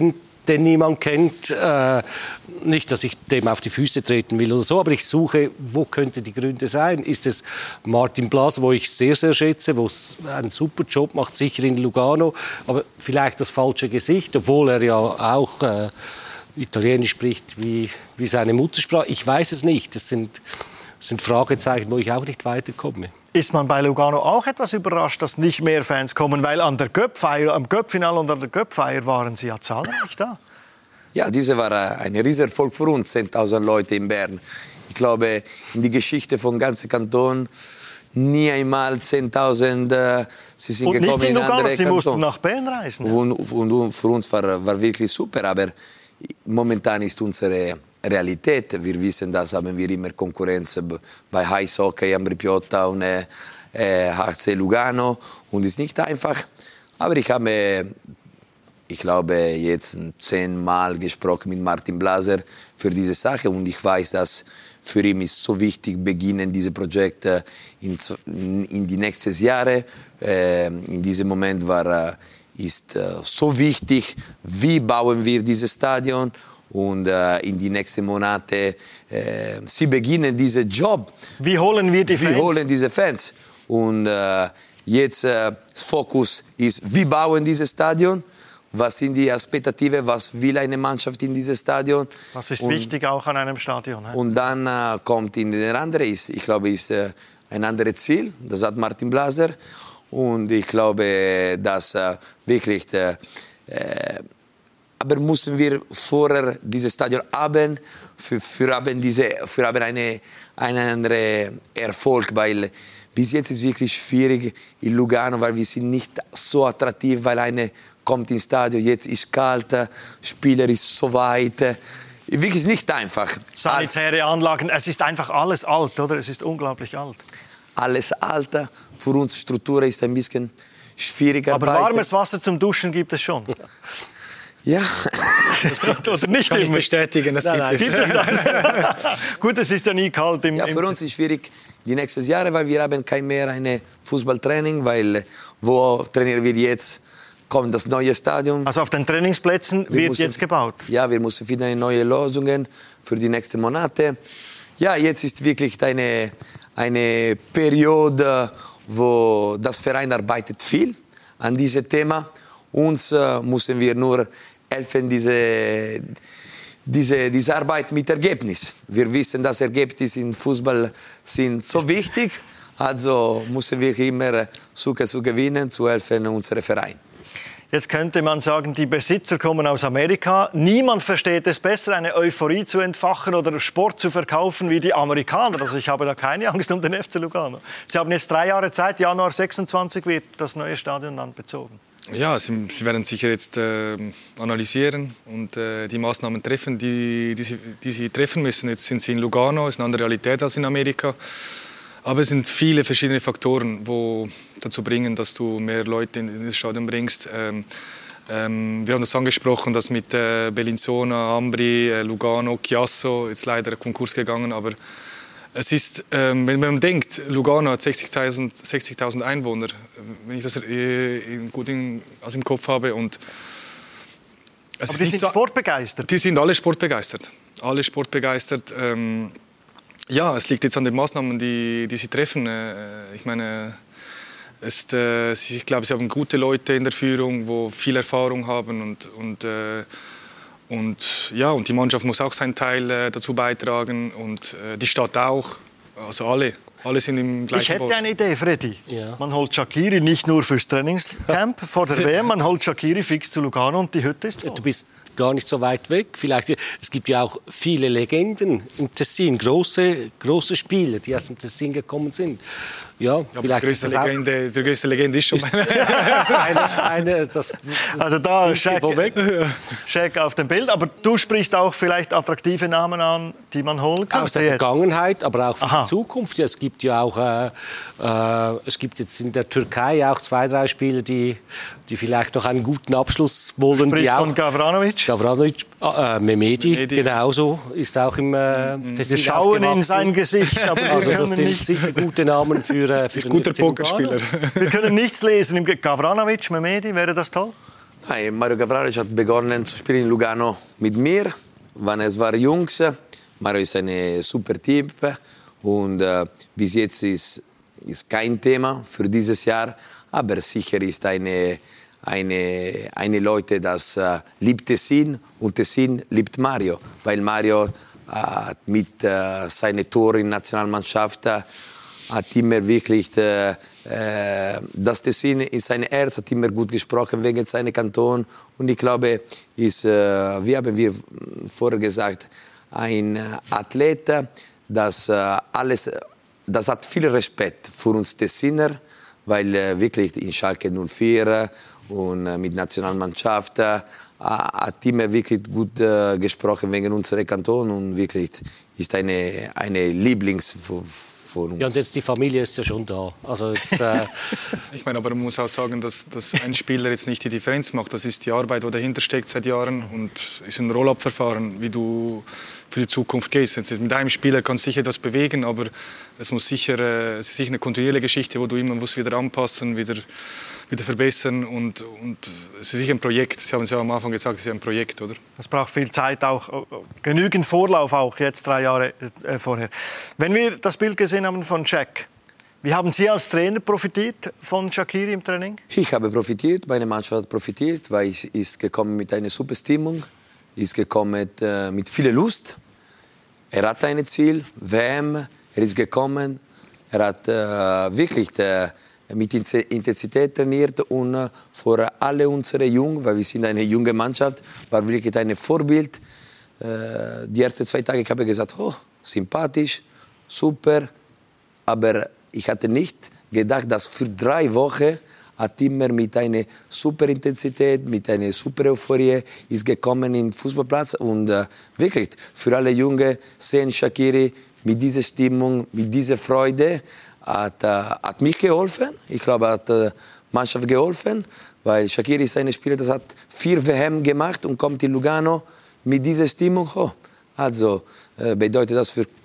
den niemand kennt. Nicht, dass ich dem auf die Füße treten will oder so, aber ich suche, wo könnte die Gründe sein? Ist es Martin Blaser, wo ich sehr, sehr schätze, wo es einen super Job macht, sicher in Lugano, aber vielleicht das falsche Gesicht, obwohl er ja auch Italienisch spricht wie seine Muttersprache. Ich weiß es nicht. Das sind Fragezeichen, wo ich auch nicht weiterkomme. Ist man bei Lugano auch etwas überrascht, dass nicht mehr Fans kommen? Weil an der Cup-Feier, am Cup-Finale und an der Cup-Feier waren sie ja zahlreich da. Ja, diese war ein Riesenerfolg für uns, 10.000 Leute in Bern. Ich glaube, in die Geschichte von ganzen Kanton nie einmal 10.000 sie sind und gekommen nicht in Lugano, andere sie mussten Kanton. nach Bern reisen. Und für uns war wirklich super, aber momentan ist unsere Realität. Wir wissen, dass haben wir immer Konkurrenz bei Eishockey, Ambri Piotta und HC Lugano. Und es ist nicht einfach. Aber ich glaube, jetzt 10-mal gesprochen mit Martin Blaser für diese Sache. Und ich weiß, dass für ihn ist so wichtig, beginnen diese Projekte in die nächsten Jahre. In diesem Moment ist so wichtig, wie bauen wir dieses Stadion. Und in die nächsten Monate, sie beginnen diesen Job. Wie holen wir die Fans? Wir holen diese Fans. Und jetzt das Fokus ist, wie bauen dieses Stadion? Was sind die Expectative? Was will eine Mannschaft in dieses Stadion? Was ist wichtig auch an einem Stadion? Und dann kommt in der andere, ich glaube, ist ein anderes Ziel. Das hat Martin Blaser. Und ich glaube, dass wirklich aber müssen wir vorher dieses Stadion haben, für einen anderen Erfolg, weil bis jetzt ist es wirklich schwierig in Lugano, weil wir sind nicht so attraktiv, weil eine kommt ins Stadion, jetzt ist kalt, Spieler ist so weit. Wirklich ist nicht einfach. Sanitäre Anlagen, es ist einfach alles alt, oder? Es ist unglaublich alt. Alles alt, für uns Struktur ist ein bisschen schwieriger. Aber warmes Wasser zum Duschen gibt es schon. Ja, das gibt es nicht. Kann ich bestätigen, das gibt es. Gut, es ist ja nie kalt. Für uns ist es schwierig die nächsten Jahre, weil wir haben kein mehr ein Fußballtraining, weil wo trainieren wir jetzt, kommt das neue Stadion. Also auf den Trainingsplätzen wird jetzt gebaut? Ja, wir müssen finden neue Lösungen für die nächsten Monate. Ja, jetzt ist wirklich eine Periode, wo das Verein arbeitet viel an diesem Thema. Uns müssen wir nur helfen, diese Arbeit mit Ergebnis. Wir wissen, dass Ergebnisse im Fußball sind so wichtig. Also müssen wir immer suchen zu gewinnen, zu helfen unserem Verein. Jetzt könnte man sagen, die Besitzer kommen aus Amerika. Niemand versteht es besser, eine Euphorie zu entfachen oder Sport zu verkaufen wie die Amerikaner. Also ich habe da keine Angst um den FC Lugano. Sie haben jetzt 3 Jahre Zeit. Januar 26 wird das neue Stadion dann bezogen. Ja, sie werden sicher jetzt analysieren und die Maßnahmen treffen, die sie treffen müssen. Jetzt sind sie in Lugano, ist eine andere Realität als in Amerika. Aber es sind viele verschiedene Faktoren, die dazu bringen, dass du mehr Leute in das Stadion bringst. Wir haben das angesprochen, dass mit Bellinzona, Ambri, Lugano, Chiasso jetzt leider Konkurs gegangen, aber es ist, wenn man denkt, Lugano hat 60.000 Einwohner, wenn ich das gut im Kopf habe. Und aber die sind sportbegeistert? Die sind alle sportbegeistert. Alle sportbegeistert. Ja, es liegt jetzt an den Maßnahmen, die sie treffen. Ich meine, ich glaube, sie haben gute Leute in der Führung, die viel Erfahrung haben und die Mannschaft muss auch seinen Teil dazu beitragen und die Stadt auch, also alle sind im gleichen Boot. Ich hätte eine Idee, Freddy. Ja. Man holt Shaqiri nicht nur fürs Trainingscamp vor der WM, man holt Shaqiri fix zu Lugano und die Hütte ist voll. Du bist gar nicht so weit weg. Vielleicht, es gibt ja auch viele Legenden im Tessin, große Spieler, die aus dem Tessin gekommen sind. Ja, vielleicht die größte Legende ist schon also da Shaq auf dem Bild. Aber du sprichst auch vielleicht attraktive Namen an, die man holen kann. Aus der Vergangenheit, aber auch für die Zukunft. Ja, es gibt ja auch, es gibt jetzt in der Türkei auch 2, 3 Spieler, die vielleicht noch einen guten Abschluss wollen. Sprich die auch von Gavranovic, Mehmedi genauso ist auch im wir schauen in sein Gesicht, aber also wir das können sind nichts. sicher gute Namen für ist den guter FC Lugano. Pokerspieler. Wir können nichts lesen. Gavranovic, Mehmedi, wäre das toll? Nein, Mario Gavralich hat begonnen zu spielen in Lugano mit mir, wann es war Jungs. Mario ist ein super Typ und bis jetzt ist kein Thema für dieses Jahr, aber sicher ist eine Leute, das liebt Tessin und Tessin liebt Mario, weil Mario mit seinen Toren in der Nationalmannschaft hat immer wirklich das Tessin in seinem Herz hat immer gut gesprochen wegen seinem Kanton und ich glaube, ist, wie haben wir vorher gesagt, ein Athlet, das hat viel Respekt für uns Tessiner, weil wirklich in Schalke 04 und mit Nationalmannschaft hat immer wirklich gut gesprochen wegen unserem Kanton und wirklich ist eine Lieblings von uns. Ja, und jetzt die Familie ist ja schon da. Also jetzt, Ich meine, aber man muss auch sagen, dass ein Spieler jetzt nicht die Differenz macht. Das ist die Arbeit, die dahinter steckt seit Jahren und ist ein Roll-up-Verfahren, wie du für die Zukunft gehst. Jetzt mit einem Spieler kannst du sicher etwas bewegen, aber es ist sicher eine kontinuierliche Geschichte, wo du immer musst wieder anpassen, wieder verbessern und es ist sicher ein Projekt. Sie haben es ja am Anfang gesagt, es ist ein Projekt, oder? Es braucht viel Zeit, auch genügend Vorlauf, auch jetzt 3 Jahre vorher. Wenn wir das Bild gesehen haben von Jack, wie haben Sie als Trainer profitiert von Shaqiri im Training? Ich habe profitiert, meine Mannschaft hat profitiert, weil es ist gekommen mit einer super Stimmung, ist gekommen mit viel Lust. Er hat ein Ziel, WM, er ist gekommen, er hat wirklich mit Intensität trainiert und für alle unsere Jungen, weil wir sind eine junge Mannschaft, war wirklich ein Vorbild. Die ersten 2 Tage habe ich gesagt, oh, sympathisch, super, aber ich hatte nicht gedacht, dass für 3 Wochen hat immer mit einer super Intensität, mit einer super Euphorie ist gekommen im Fußballplatz und wirklich für alle Jungen sehen Shaqiri mit dieser Stimmung, mit dieser Freude hat mich geholfen. Ich glaube, hat der Mannschaft geholfen, weil Shaqiri ist ein Spieler, das hat 4 WM gemacht und kommt in Lugano mit dieser Stimmung. Oh, also bedeutet das für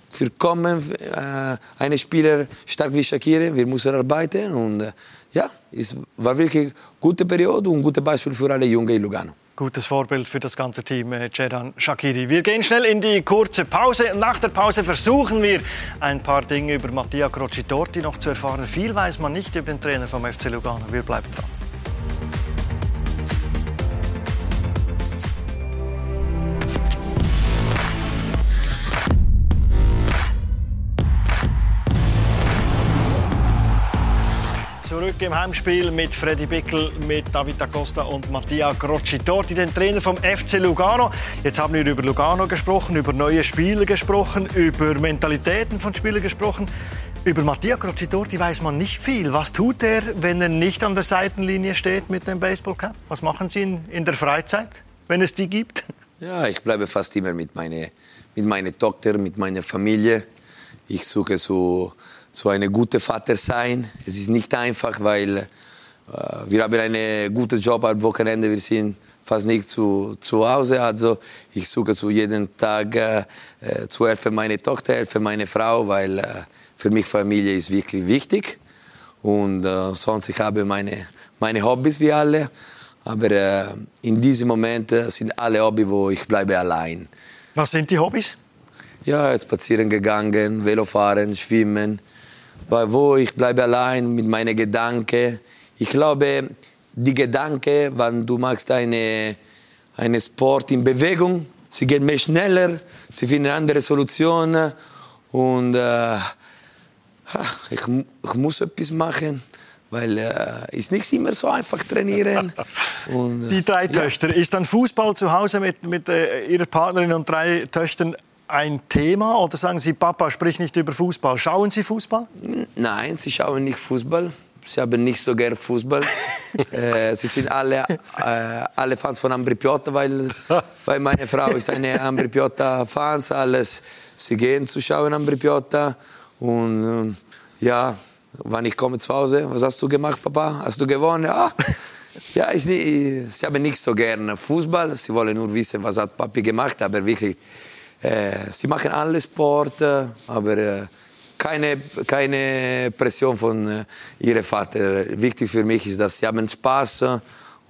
ein Spieler stark wie Shaqiri, wir müssen arbeiten und ja, es war wirklich eine gute Periode und ein gutes Beispiel für alle Jungen in Lugano. Gutes Vorbild für das ganze Team, Xherdan Shaqiri. Wir gehen schnell in die kurze Pause. Nach der Pause versuchen wir, ein paar Dinge über Mattia Crocitorti noch zu erfahren. Viel weiß man nicht über den Trainer vom FC Lugano. Wir bleiben dran. Zurück im Heimspiel mit Freddy Bickel, mit David Acosta und Mattia Crocitorti, den Trainer vom FC Lugano. Jetzt haben wir über Lugano gesprochen, über neue Spieler gesprochen, über Mentalitäten von Spielern gesprochen. Über Mattia Crocitorti weiß man nicht viel. Was tut er, wenn er nicht an der Seitenlinie steht mit dem Baseballcap? Was machen Sie in der Freizeit, wenn es die gibt? Ja, ich bleibe fast immer mit meiner Tochter, mit meiner Familie. Ich suche so ein guter Vater sein. Es ist nicht einfach, weil wir haben einen guten Job am Wochenende. Wir sind fast nicht zu Hause. Also ich suche so jeden Tag zu helfen meine Tochter, helfen meine Frau, weil für mich Familie ist wirklich wichtig. Und sonst ich habe meine Hobbys wie alle. Aber in diesem Moment sind alle Hobbys, wo ich bleibe allein. Was sind die Hobbys? Ja, spazieren gegangen, Velofahren, Schwimmen. Wo ich bleibe allein mit meinen Gedanken. Ich glaube, die Gedanken, wenn du machst einen Sport in Bewegung, sie gehen mehr schneller, sie finden andere Solutionen und ich muss etwas machen, weil es ist nicht immer so einfach trainieren. Und, die 3 Töchter. Ist dann Fußball zu Hause mit Ihrer Partnerin und 3 Töchtern ein Thema? Oder sagen Sie, Papa, sprich nicht über Fußball. Schauen Sie Fußball? Nein, sie schauen nicht Fußball. Sie haben nicht so gern Fußball. Sie sind alle Fans von Ambri Piotta, weil meine Frau ist eine Ambri Piotta-Fans. Sie gehen zu schauen Ambri Piotta. Und ja, wenn ich komme zu Hause, was hast du gemacht, Papa? Hast du gewonnen? Ja, sie haben nicht so gern Fußball. Sie wollen nur wissen, was hat Papi gemacht. Aber wirklich, sie machen alle Sport, aber keine Pression von ihrem Vater. Wichtig für mich ist, dass sie haben Spaß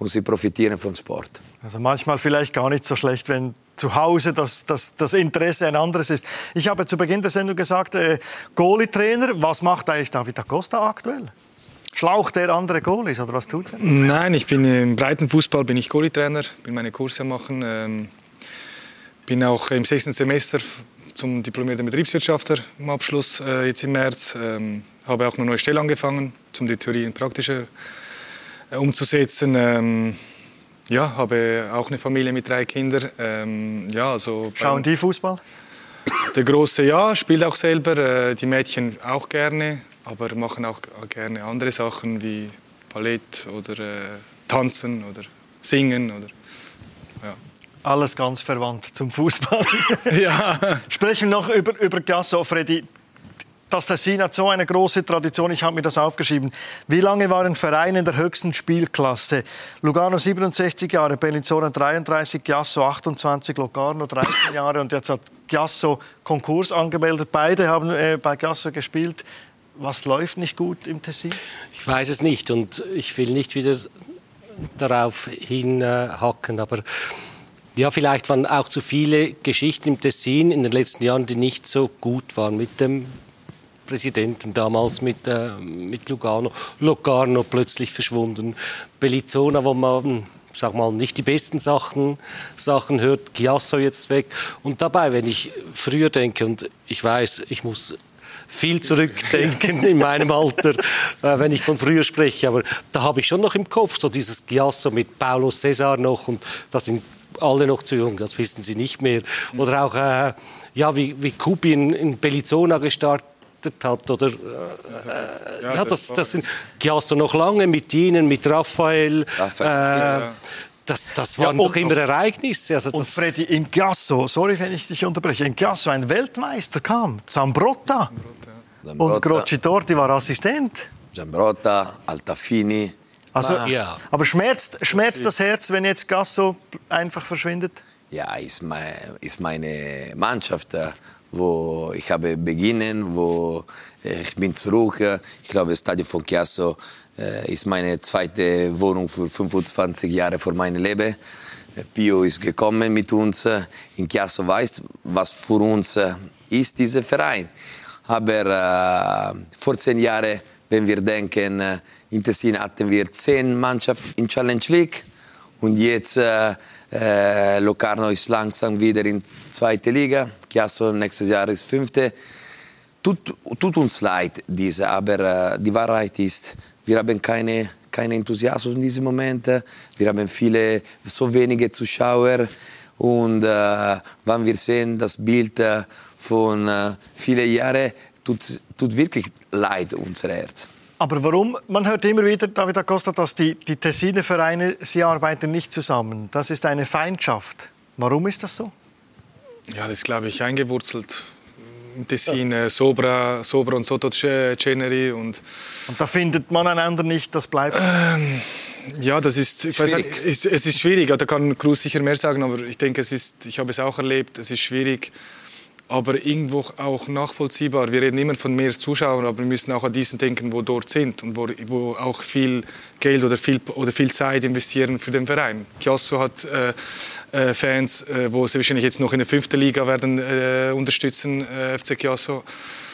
und sie profitieren vom Sport. Also manchmal vielleicht gar nicht so schlecht, wenn zu Hause das Interesse ein anderes ist. Ich habe zu Beginn der Sendung gesagt, Goalie-Trainer, was macht eigentlich David da Costa aktuell? Schlaucht er andere Goalies oder was tut er? Nein, ich bin im Breitenfußball bin ich Goalie-Trainer, bin meine Kurse am machen, bin auch im 6. Semester zum diplomierten Betriebswirtschaftler im Abschluss jetzt im März. Habe auch eine neue Stelle angefangen, um die Theorie in praktischer umzusetzen. Ja, habe auch eine Familie mit 3 Kindern. Ja, also Schauen die Fußball? Der Große ja, spielt auch selber, die Mädchen auch gerne, aber machen auch gerne andere Sachen wie Ballett oder Tanzen oder Singen. Oder, ja. Alles ganz verwandt zum Fußball. Ja. Sprechen wir noch über Chiasso, Freddy. Das Tessin hat so eine große Tradition, ich habe mir das aufgeschrieben. Wie lange waren Vereine in der höchsten Spielklasse? Lugano 67 Jahre, Bellinzona 33, Chiasso 28, Locarno 13 Jahre und jetzt hat Chiasso Konkurs angemeldet. Beide haben bei Chiasso gespielt. Was läuft nicht gut im Tessin? Ich weiß es nicht und ich will nicht wieder darauf hinhacken, aber ja, vielleicht waren auch zu viele Geschichten im Tessin in den letzten Jahren, die nicht so gut waren mit dem Präsidenten damals, mit Lugano. Locarno plötzlich verschwunden. Bellinzona, wo man, sag mal, nicht die besten Sachen hört. Chiasso jetzt weg. Und dabei, wenn ich früher denke, und ich weiß, ich muss viel zurückdenken in meinem Alter, wenn ich von früher spreche, aber da habe ich schon noch im Kopf so dieses Chiasso mit Paulo César noch und das sind alle noch zu jung, das wissen sie nicht mehr. Oder auch, ja, wie Kubi in Bellinzona gestartet hat. Oder, ja, das sind Chiasso noch lange mit Ihnen, mit Raphael. Das waren doch immer Ereignisse. Also und Freddy, in Chiasso, sorry, wenn ich dich unterbreche, in Chiasso ein Weltmeister kam, Zambrotta. Und Crocitorti war Assistent. Zambrotta, Altafini. Also, ja. Aber schmerzt das Herz, wenn jetzt Chiasso einfach verschwindet? Ja, ist meine Mannschaft, wo ich habe beginnen, wo ich bin zurück. Ich glaube, das Stadion von Chiasso ist meine zweite Wohnung für 25 Jahre vor meinem Leben. Pio ist gekommen mit uns. In Chiasso weiß, was für uns ist dieser Verein. Aber vor 10 Jahren, wenn wir denken, in Tessin hatten wir 10 Mannschaften in Challenge League und jetzt Locarno ist langsam wieder in 2. Liga, Chiasso nächstes Jahr ist 5. Tut uns leid, aber die Wahrheit ist, wir haben keine Enthusiasmus in diesem Moment, wir haben so wenige Zuschauer und wenn wir sehen das Bild von vielen Jahren, tut wirklich leid unser Herz. Aber warum? Man hört immer wieder, David da Costa, dass die Tessiner Vereine, sie arbeiten nicht zusammen. Das ist eine Feindschaft. Warum ist das so? Ja, das ist, glaube ich, eingewurzelt. Im Tessin, Sobra und Sottoceneri. Und da findet man einander nicht, das bleibt? Ja, das ist, ich weiß nicht, es ist schwierig. Da kann Cruz sicher mehr sagen, aber ich denke, ich habe es auch erlebt, es ist schwierig. Aber irgendwo auch nachvollziehbar. Wir reden immer von mehr Zuschauern, aber wir müssen auch an diesen denken, wo dort sind und wo auch viel Geld oder viel Zeit investieren für den Verein. Chiasso hat Fans, wo sie wahrscheinlich jetzt noch in der 5. Liga werden unterstützen, FC Chiasso.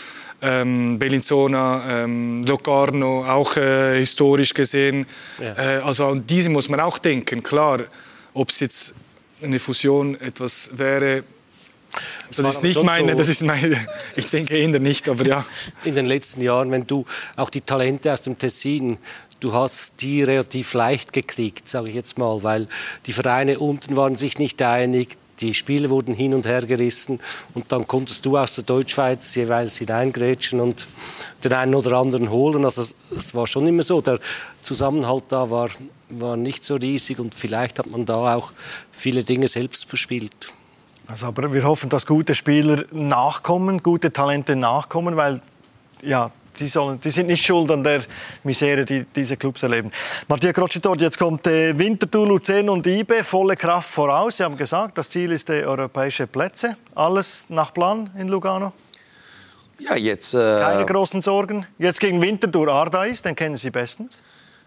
Bellinzona, Locarno, auch historisch gesehen. Ja. Also an diese muss man auch denken. Klar, ob es jetzt eine Fusion etwas wäre. Das ist meine, ich denke eher nicht, aber ja. In den letzten Jahren, wenn du auch die Talente aus dem Tessin, du hast die relativ leicht gekriegt, sage ich jetzt mal, weil die Vereine unten waren sich nicht einig, die Spiele wurden hin und her gerissen und dann konntest du aus der Deutschschweiz jeweils hineingrätschen und den einen oder anderen holen. Also es war schon immer so, der Zusammenhalt da war nicht so riesig und vielleicht hat man da auch viele Dinge selbst verspielt. Also, aber wir hoffen, dass gute Spieler nachkommen, gute Talente nachkommen, weil ja, die sind nicht schuld an der Misere, die diese Clubs erleben. Mattia Crocitorti, jetzt kommt Winterthur, Luzern und IB, volle Kraft voraus. Sie haben gesagt, das Ziel ist europäische Plätze. Alles nach Plan in Lugano? Ja, jetzt... Keine großen Sorgen. Jetzt gegen Winterthur, Ardais, den kennen Sie bestens.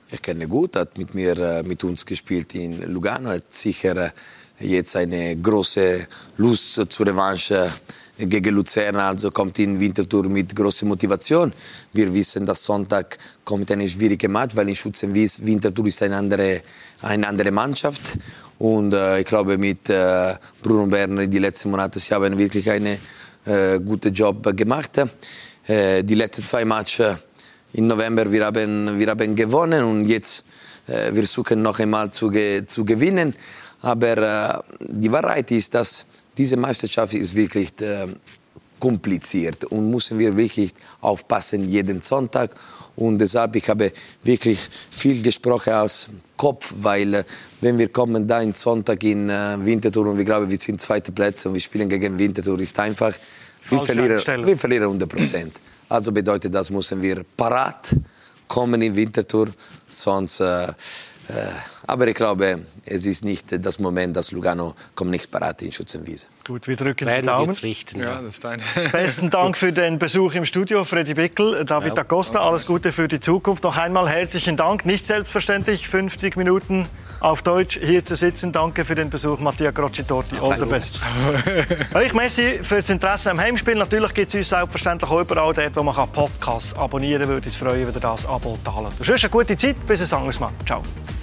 Ich kenne gut, hat mit uns gespielt in Lugano, hat sicher jetzt eine große Lust zur Revanche gegen Luzern, also kommt in Winterthur mit großer Motivation. Wir wissen, dass Sonntag kommt eine schwierige Match, weil in Schützenwies Winterthur ist eine andere Mannschaft. Und ich glaube, mit Bruno Berner die letzten Monate, sie haben wirklich einen guten Job gemacht. Die letzten 2 Matches im November, wir haben gewonnen und jetzt wir suchen noch einmal zu gewinnen. Aber die Wahrheit ist, dass diese Meisterschaft ist wirklich kompliziert und müssen wir wirklich aufpassen jeden Sonntag. Und deshalb ich habe wirklich viel gesprochen aus Kopf, weil wenn wir kommen da in Sonntag in Winterthur und wir glauben, wir sind 2. Plätze und wir spielen gegen Winterthur, ist einfach, wir verlieren 100%. Also bedeutet das, müssen wir parat kommen in Winterthur, sonst... aber ich glaube, es ist nicht das Moment, dass Lugano kommt nicht parat in Schützenwiese. Gut, wir drücken die Daumen. Richten, Ja, das ist dein. Besten Dank für den Besuch im Studio, Freddy Bickel, David da Costa. Alles Gute für die Zukunft. Noch einmal herzlichen Dank. Nicht selbstverständlich, 50 Minuten auf Deutsch hier zu sitzen. Danke für den Besuch, Mattia Crocitorti. All the best. Euch merci für das Interesse am Heimspiel. Natürlich gibt es uns selbstverständlich auch überall dort, wo man Podcasts abonnieren kann. Würde uns freuen, wenn ihr das Abo da lasst. Sonst eine gute Zeit. Bis ein anderes Mal. Ciao.